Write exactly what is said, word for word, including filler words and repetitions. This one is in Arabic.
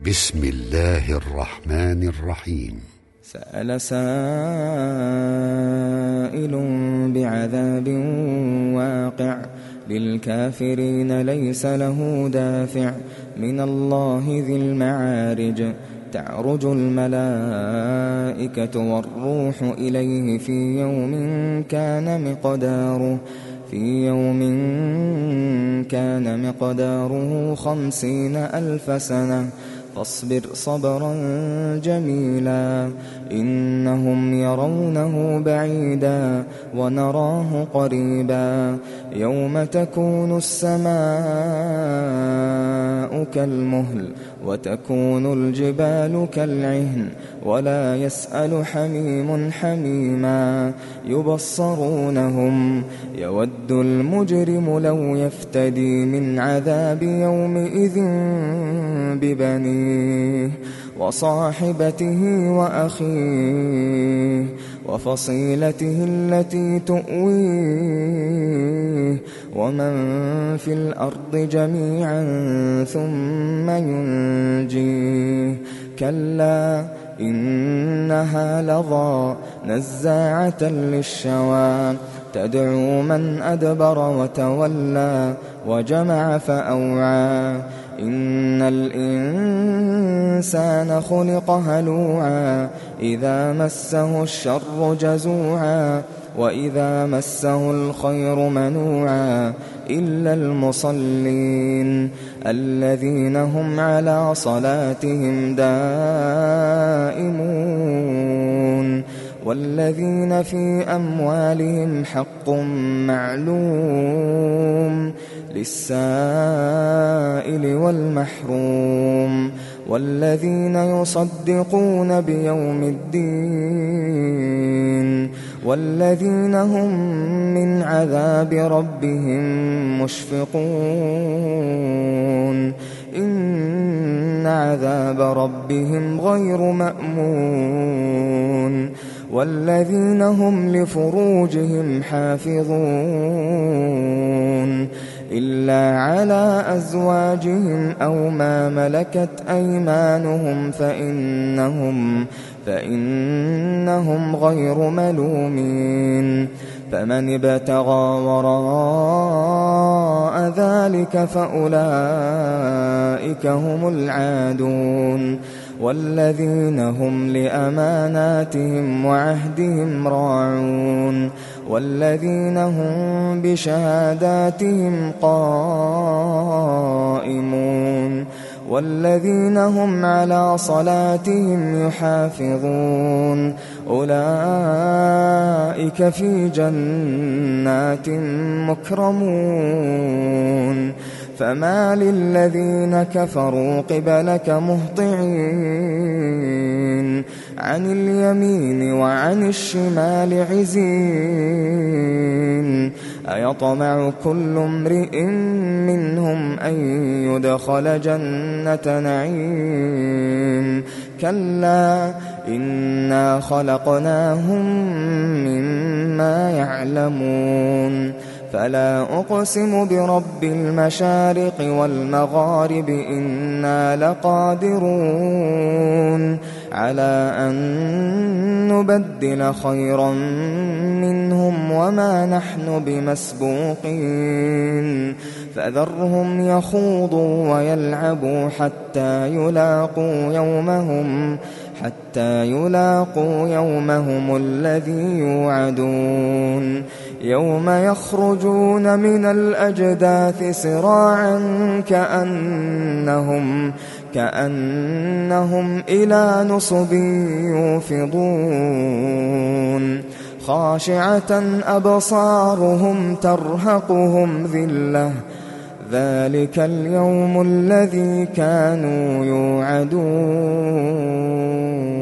بسم الله الرحمن الرحيم. سأل سائل بعذاب واقع للكافرين ليس له دافع من الله ذي المعارج تعرج الملائكة والروح إليه في يوم كان مقداره في يوم كان مقداره خمسين ألف سنة فاصبر صبرا جميلا إنهم يرونه بعيدا ونراه قريبا يوم تكون السماء كالمهل وتكون الجبال كالعهن ولا يسأل حميم حميما يبصرونهم يود المجرم لو يفتدي من عذاب يومئذ ببنيه وصاحبته وأخيه وفصيلته التي تؤويه ومن في الأرض جميعا ثم ينجيه كلا إنها لظى نزاعة للشوى تدعو من أدبر وتولى وجمع فأوعى إن الإنسان خلق هلوعا إذا مسه الشر جزوعا وإذا مسه الخير منوعا إلا المصلين الذين هم على صلاتهم دائمون والذين في أموالهم حق معلوم للسائل والمحروم والذين يصدقون بيوم الدين والذين هم من عذاب ربهم مشفقون إن عذاب ربهم غير مأمون والذين هم لفروجهم حافظون إلا على أزواجهم أو ما ملكت أيمانهم فإنهم فإنهم غير ملومين فمن ابتغى وراء ذلك فأولئك هم العادون والذين هم لأماناتهم وعهدهم راعون والذين هم بشهاداتهم قائمون والذين هم على صلاتهم يحافظون أولئك في جنات مكرمون فما للذين كفروا قبلك مهطعين عن اليمين وعن الشمال عزين أيطمع كل امرئ منهم أن يدخل جنة نعيم كلا إنا خلقناهم مما يعلمون فلا أقسم برب المشارق والمغارب إنا لقادرون على أن نبدل خيرا منهم وما نحن بمسبوقين فذرهم يخوضوا ويلعبوا حتى يلاقوا يومهم حتى يلاقوا يومهم الذي يوعدون يوم يخرجون من الأجداث سراعا كأنهم كأنهم إلى نصب يوفضون خاشعة أبصارهم ترهقهم ذلة ذلك اليوم الذي كانوا يوعدون.